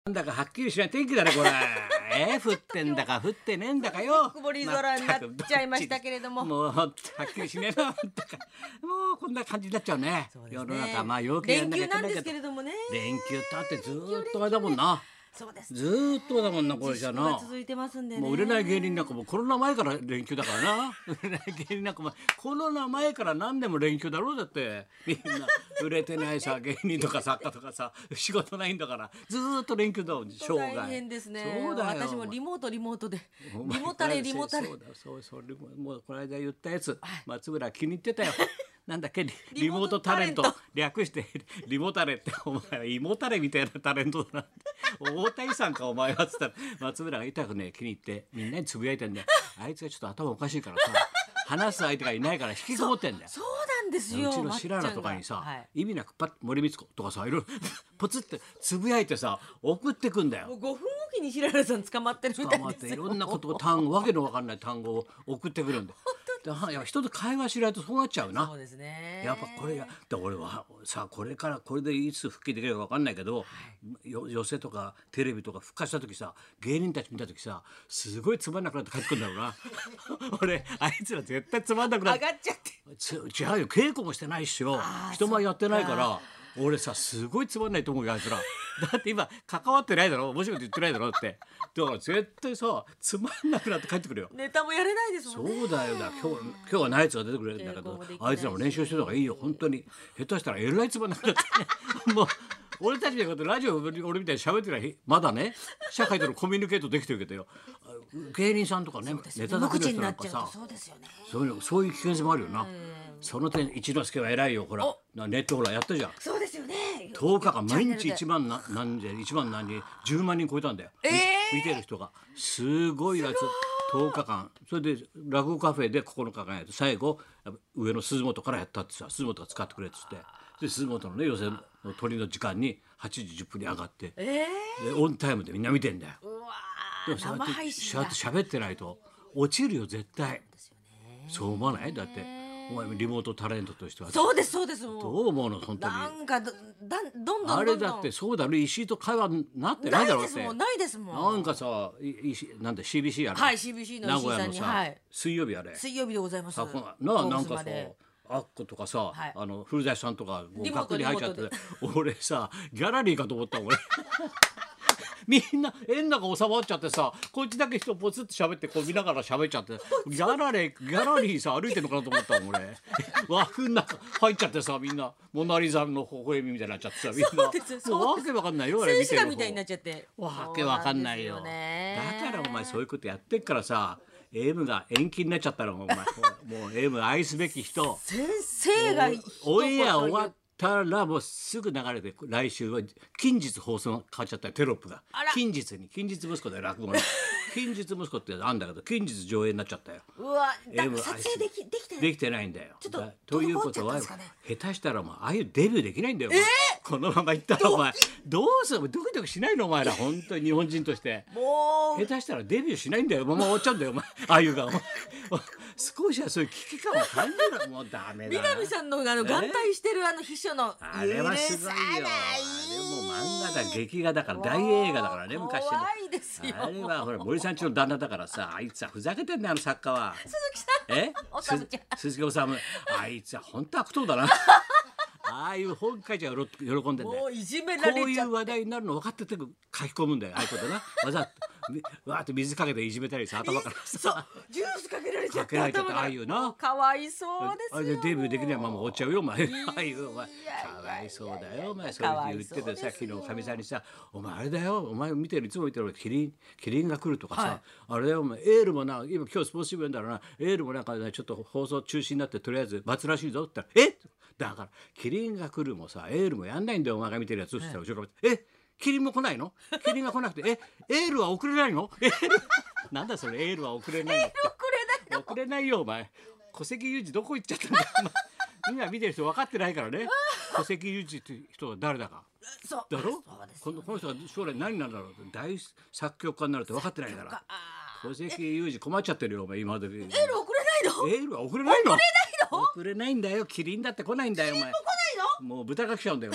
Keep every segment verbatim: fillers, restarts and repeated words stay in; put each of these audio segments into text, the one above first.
なんだかはっきりしない天気だねこれ。えー、降ってんだか降ってねえんだかよ。 曇り空になっちゃいましたけれども、 もうはっきりしねえな。もうこんな感じになっちゃうね。世の中まあ陽気やんなきゃいけないけど。 連休なんですけれどもね。 連休だってずーっとあれだもんな。 そうです。 ずーっとだもんなこれじゃな。 続いてますんでね。 もう売れない芸人なんかもコロナ前から連休だからな。売れない芸人なんかもコロナ前から何でも連休だろうだって。みんな売れてないさ芸人とか作家とかさ仕事ないんだからずーっと連休だもん生涯。 大変ですね。 そうだよ。 私もリモートリモートでリモタレリモタレ。 そうだそうそうもうこの間言ったやつ松村気に入ってたよ。なんだっけリモートタレント略してリモタレってお前はイモタレみたいなタレントだな。大谷さんかお前はっつったら松村が痛くね気に入ってみんなにつぶやいてんだよ。あいつがちょっと頭おかしいからさ話す相手がいないから引きこもってんだよ。 そうなんですよ。 うちの白良とかにさ、はい、意味なくパッ森光子とかさいろいろポツってつぶやいてさ送ってくんだよ。 もうごふんおきに白良さん捕まってるみたいですよ。 捕まっていろんなことを単語わけのわかんない単語を送ってくるんだよ。いや人と会話しないとそうなっちゃうな。 そうですね。 やっぱこれがで俺はさこれからこれでいつ復帰できるか分かんないけど、はい、寄席とかテレビとか復活した時さ芸人たち見た時さすごいつまんなくなって帰ってくるんだろうな。俺あいつら絶対つまんなくなって上がっちゃって違うよ稽古もしてないっしよ人前やってないから俺さすごいつまんないと思うよあいつら。だって今関わってないだろ面白いこと言ってないだろってだから絶対さつまんなくなって帰ってくるよ。 ネタもやれないですもんね。 そうだよだ今日今日はナイツが出てくれるんだけどあいつらも練習してた方がいいよ本当に。下手したらえらいつまんなくなってもう俺たちみたいなことラジオ俺みたいに喋ってないまだね社会とのコミュニケートできてるけどよ芸人さんとかねネタだけの人なんかさそういうそういう危険性もあるよな。その点一之輔は偉いよほらネットほらやったじゃん。 そうですよね。 とおかかん毎日いちまんな何でいちまん何人じゅうまん人超えたんだよ、えー、見てる人がすごいやつとおかかんそれで落語カフェでここのかかんやって最後上の鈴本からやったってさ鈴本が使ってくれっつってで鈴本のね寄席の鳥の時間にはちじじゅっぷんに上がって、えー、でオンタイムでみんな見てんだよ。うわでもそうやってそうやって喋ってないと落ちるよ絶対。そう思わないだってお前リモートタレントとしてはそうですそうです。 どう思うの本当に。 なんかどだどんどんあれだってそうだろ石井と会話なってないだろうって。 ないですもん。 なんかさ石なんで シービーシー やるはい シービーシー の石井さんにはい、 水曜日あれ水曜日でございます。 ななんかさアッコとかさ、はい、あの古舘さんとか学に入っちゃって俺さギャラリーかと思った俺。みんな円高収まっちゃってさこっちだけ人ポツッと喋ってこう見ながら喋っちゃってギャラリーギャラリーさ歩いてるのかなと思ったもん俺。枠の中入っちゃってさみんなモナリザの微笑みみたいになっちゃってさみんなもうわけわかんないよあれ見てる方。 みたいになっちゃってわけわかんないよ。だからお前そういうことやってっからさ エーエム が延期になっちゃったのお前もう エーエム 愛すべき人先生がオンエア終わったらもうすぐ流れて来週は近日放送が変わっちゃったよテロップが近日に近日息子で落語に近日息子ってあんだけど近日上映になっちゃったよ。 うわ撮影できできてないできてないんだよ。 ちょっとということは下手したらもうああいうデビューできないんだよ、えー、このままいったらお前どうするドキドキしないのお前ら本当に日本人としてもう下手したらデビューしないんだよまま終わっちゃうんだよお前ああいうが少しはそういう危機感を感じるもうダメだな。 南さんのあの眼帯してるあの秘書のあれはすごいよ。あれも漫画だ劇画だから大映画だからね昔の。 怖いですよ。 あれはほら森さんちの旦那だからさあいつはふざけてんねあの作家は。 鈴木さんえ鈴木おさむあいつは本当悪党だな。ああいう本書いちゃ喜んでんだよ。 もういじめられちゃってこういう話題になるの分かってて書き込むんだよああいうことなわざとわーって水かけていじめたりさ頭からさジュースかけられちゃってかけられちゃってああいうなかわいそうですよ。 あれでデビューできないまま終わっちゃうよお前。ああいうお前かわいそうだよお前そういう言っててさ昨日かみさんにさお前あれだよお前見てるいつも見てるキリンキリンが来るとかさ、はい、あれだよお前エールもな今今日スポーツ新聞だろうなエールもなんかねちょっと放送中止になってとりあえず罰らしいぞって言ったらえだからキリンが来るもさエールもやんないんだよお前が見てるやつ。そしたら後ろからえキリンも来ないのキリンが来なくてえエールは送れないのエールなんだそれエールは送れないのって送れないの送れないよお前戸籍有事どこ行っちゃったんだよみんな見てる人分かってないからね戸籍有事って人が誰だかそうだろこの、この人が将来何になるんだろうって大作曲家になるって分かってないから戸籍有事困っちゃってるよお前今までエール送れないのエールは送れないの送れないの送れないんだよキリンだって来ないんだよお前キリンも来ないのもう豚が来ちゃうんだよお前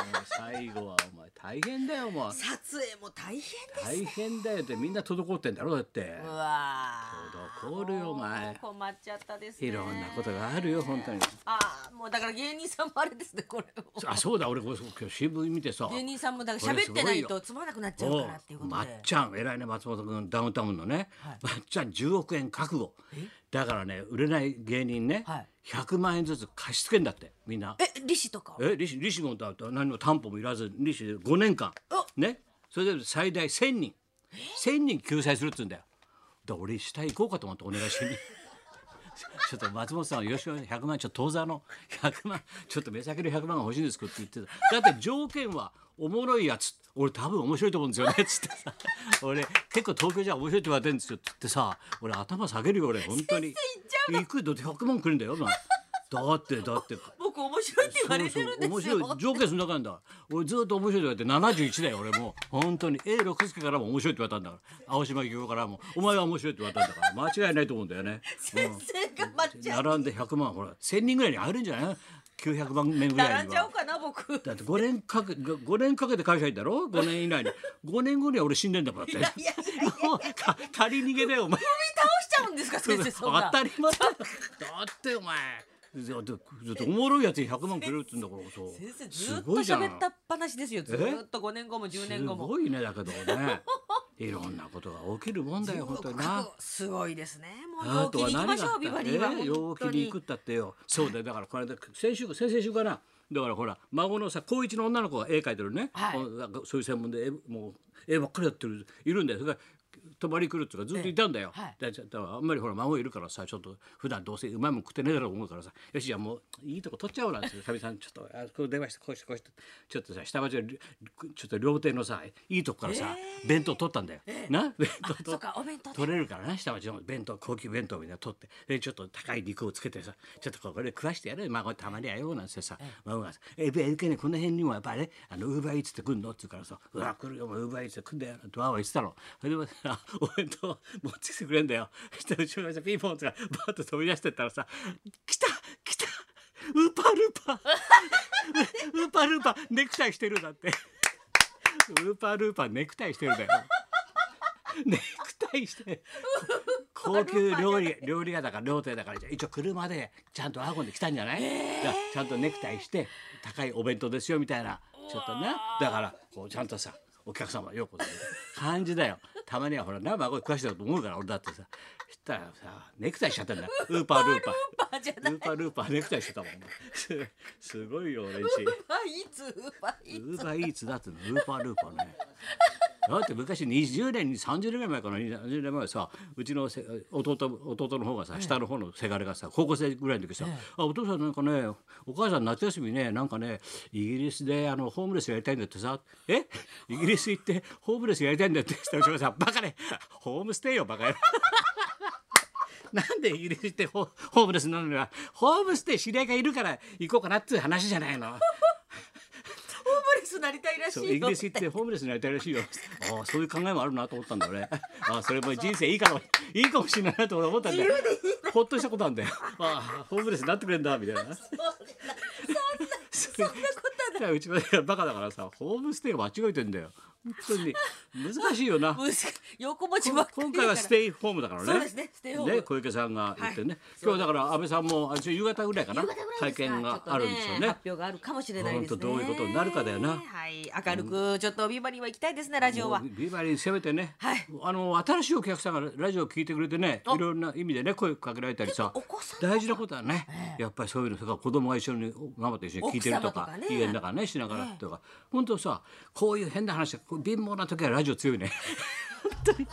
最後はお前大変だよもう。 撮影も大変です大変だよってみんな滞ってんだろだって。 うわ滞るよお前。 困っちゃったですね。 いろんなことがあるよ本当に。 ああもうだから芸人さんもあれですねこれ。 あそうだ俺これ今日新聞見てさ。 芸人さんもだから喋ってないとつまらなくなっちゃうからっていうことで。 まっちゃん偉いね松本君ダウンタウンのね、はい、まっちゃんじゅうおくえん覚悟だからね売れない芸人ね、はい、ひゃくまんえんずつ貸し付けんだってみんな。 え利子とかえ利子利子もだ何も担保もいらず利子でごねんかんねそれで最大せんにんせんにん救済するっつうんだよ。だから俺下行こうかと思ってお願いしにちょっと松本さんよろしくひゃくまんちょっと当座のひゃくまんちょっと目先のひゃくまんが欲しいんですって言ってた。だって条件はおもろいやつ俺多分面白いと思うんですよねっつってさ俺結構東京じゃ面白いって言われてるんですよって言ってさ俺頭下げるよ俺本当に行くだってひゃくまんくるんだよ。だってだって僕面白いって言われてるんですよ。 そうそう面白い条件そんな感じだ。俺ずっと面白いって言われてななじゅういちだよ俺もう本当に エーろく 助からも面白いって言われたんだから青島清からもお前は面白いって言われたんだから間違いないと思うんだよね。 先生が待っちゃう。 並んでひゃくまんほらせんにんぐらいに入るんじゃないきゅうひゃくまんめんぐらいには。 並んじゃおうかな僕。 だってごねんかけごねんかけて会社行ったろごねん以内にごねんごには俺死んでんだもんだって。 いやいやいやもうか仮逃げだよお前。 踏み倒しちゃうんですか先生そんな。 当たり前だ。だってお前だっておもろいやつにひゃくまんくれるっつうんだからそう先生ずっと喋ったっぱなしですよ。ずっとごねんごもじゅうねんごも。 すごいねだけどねいろんなことが起きるもんだよ本当にな。 すごいですね。もう陽気に行きましょうビバリーは。 陽気に行くったってよ。そうだよだからこれで先週先々週かなだからほら孫のさ高一の女の子が絵描いてるね、はい、そういう専門で絵もう絵ばっかりやってるいるんだよ。それから泊まり来るっていうかずっといたんだよ、ええはい、だからあんまりほら孫いるからさちょっと普段どうせうまいもん食ってねえだろう思うからさよしじゃあもういいとこ取っちゃおうなんてかみさんちょっとあこう電話してこうしてこうしてちょっとさ下町のちょっと料亭のさいいとこからさ、えー、弁当取ったんだよ、えー、な弁当と取れるからな下町の弁当高級弁当みたいな取ってでちょっと高い肉をつけてさちょっとこれ食わしてやる孫たまにやよなんてさ、えー、孫がさ「ええけねこの辺にもやっぱりねあのウーバーイーツって来んの?」って言うからさ「うわ来るよウーバーイーツって来んだよ」とは言ってたの。それでお弁当持ってきてくれんだよ。そしたら後ろからピンポンとかバーッと飛び出してったらさ「来た来たウーパールーパーウーパールーパーネクタイしてる」だってウーパールーパーネクタイしてるんだよ。ネクタイして高級料理料理屋だから料亭だから一応車でちゃんと運んできたんじゃない、えー、ちゃんとネクタイして高いお弁当ですよみたいなちょっとねだからこうちゃんとさお客様ようこそ感じだよ。たまにはほらな孫食わしてると思うから俺だってさしたらさネクタイしちゃったんだウーパールーパーウーパールーパーネクタイしてたもんすごいよ俺んちウーパーイーツウーパーイーツウーパーイーツだってのウーパールーパーねだって昔にじゅうねんにさんじゅうねんぐらい前かなにじゅうねんまえさうちの弟弟の方がさ下の方のせがれがさ高校生ぐらいの時さ「あお父さんなんかねお母さん夏休みねなんかねイギリスであのホームレスやりたいんだってさえイギリス行ってホームレスやりたいんだって」って言ったらうちがさ「バカねホームステイよバカよ」なんでイギリス行ってホームレスなのにはホームステイ知り合いがいるから行こうかなっていう話じゃないの。 ホームレスになりたいらしいよ。 イギリス行ってホームレスになりたいらしいよ。ああそういう考えもあるなと思ったんだよね。ああそれも人生いいかもいいかもしれないなと俺思ったんだよ。ほっとしたことなんだよ。ああホームレスになってくれんだみたいな。そんなそんなことはうちはバカだからさホームステイを間違えてんだよ。本当に難しいよな。 横文字ばっかり今回はステイホームだからね。 そうですねステイホームね小池さんが言ってね、はい、今日だから安倍さんも夕方ぐらいかな会見があるんですよね。 発表があるかもしれないですね。 本当どういうことになるかだよな。 はい明るくちょっとビバリーは行きたいですねラジオは。 ビバリーせめてね、はい、あの新しいお客さんがラジオを聞いてくれてねいろんな意味でね声かけられたりさ大事なことはね、えー、やっぱりそういうのそれから子供が一緒に頑張って一緒に聞いてるとか家の中ねしながらとか、えー、本当さこういう変な話貧乏な時はラジオ強いね本当に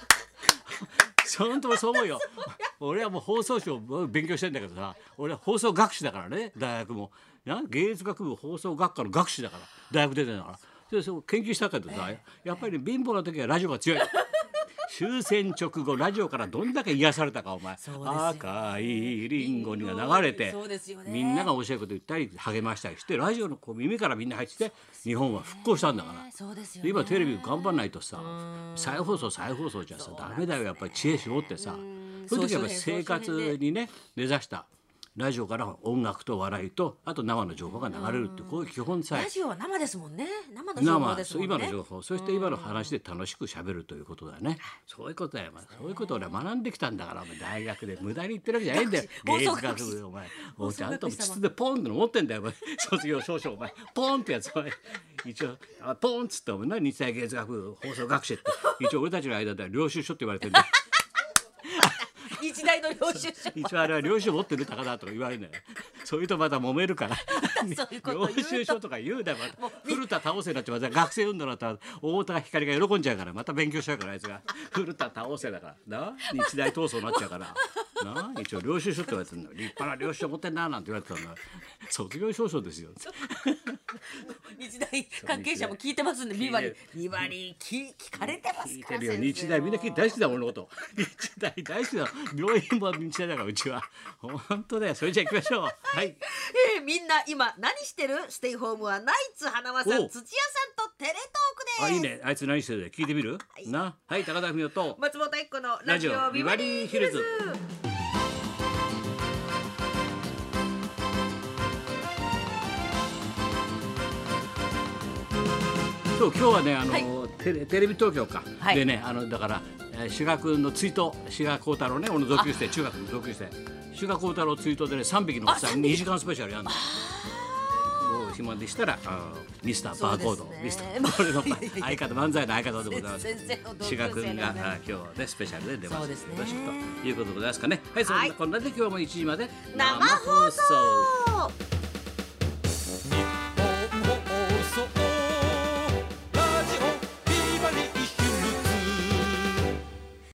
本当そう思うよ俺はもう放送士を勉強してんだけどさ俺は放送学士だからね大学もな芸術学部放送学科の学士だから大学出てんだからでそう研究したけどさ、えー、やっぱり、ね、貧乏な時はラジオが強い終戦直後ラジオからどんだけ癒されたかお前、赤いリンゴにが流れて、みんなが面白いこと言ったり励ましたりしてラジオのこう耳からみんな入ってて日本は復興したんだから、 そうですよね、 で今テレビ頑張んないとさ再放送再放送じゃさダメだよやっぱり知恵絞ってさそういう時はやっぱ生活にね根ざしたラジオから音楽と笑いとあと生の情報が流れるってこういう基本さえラジオは生ですもんね。生の情報ですもんね。 今の情報そして今の話で楽しく喋るということだね。そういうことだよ、まあ、そういうことを俺は学んできたんだからお前大学で無駄に言ってるわけじゃないんだよ。芸術学部お前おちゃんと筒でポンって持ってんだよお前卒業証書お前ポンってやつお前一応あポンっつってお前な日大芸術学部放送学士って一応俺たちの間では領収書って言われてんだよ日大の領収書。 一応あれは領収書持ってる高だとか言われるんだよ。そういうとまた揉めるからそういうこと言うと領収書とか言うだよまた古田倒せなってまた学生運動だったら太田光が喜んじゃうからまた勉強しちゃうからあいつが古田倒せだからな日大闘争になっちゃうからな一応領収書って言われてるんだよ。立派な領収書持ってんななんて言われてたんだ。卒業証書ですよ日大関係者も聞いてますんで、ビバリービバリー聞聞かれてますから。 聞いてるよ日大みんな聞いて大好きだもん俺のこと日大大好きだ病院も日大だからうちは本当だよ。それじゃあ行きましょうはい、 えー、みんな今何してる？ステイホームはナイツ花輪さん、 お土屋さんとテレトークです。 あいいねあいつ何してる聞いてみる、はい、なはい高田文夫と松本一子のラジオビバリーヒルズ。 今日はねあの、はい、テレ、テレビ東京か、 はい、 でねあのだから志賀君の追悼志賀幸太郎ね俺の同級生中学の同級生志賀幸太郎追悼でねさんびきのおっさんにじかんスペシャルやるの。もう暇でしたらあミスターバーコード、ね、ミスター俺の相方漫才の相方でございます志賀君が今日ねスペシャルで出ます、ね、よろしくということでございますかね。はいそんなこんなで今日もいちじまで生放送。 日本放送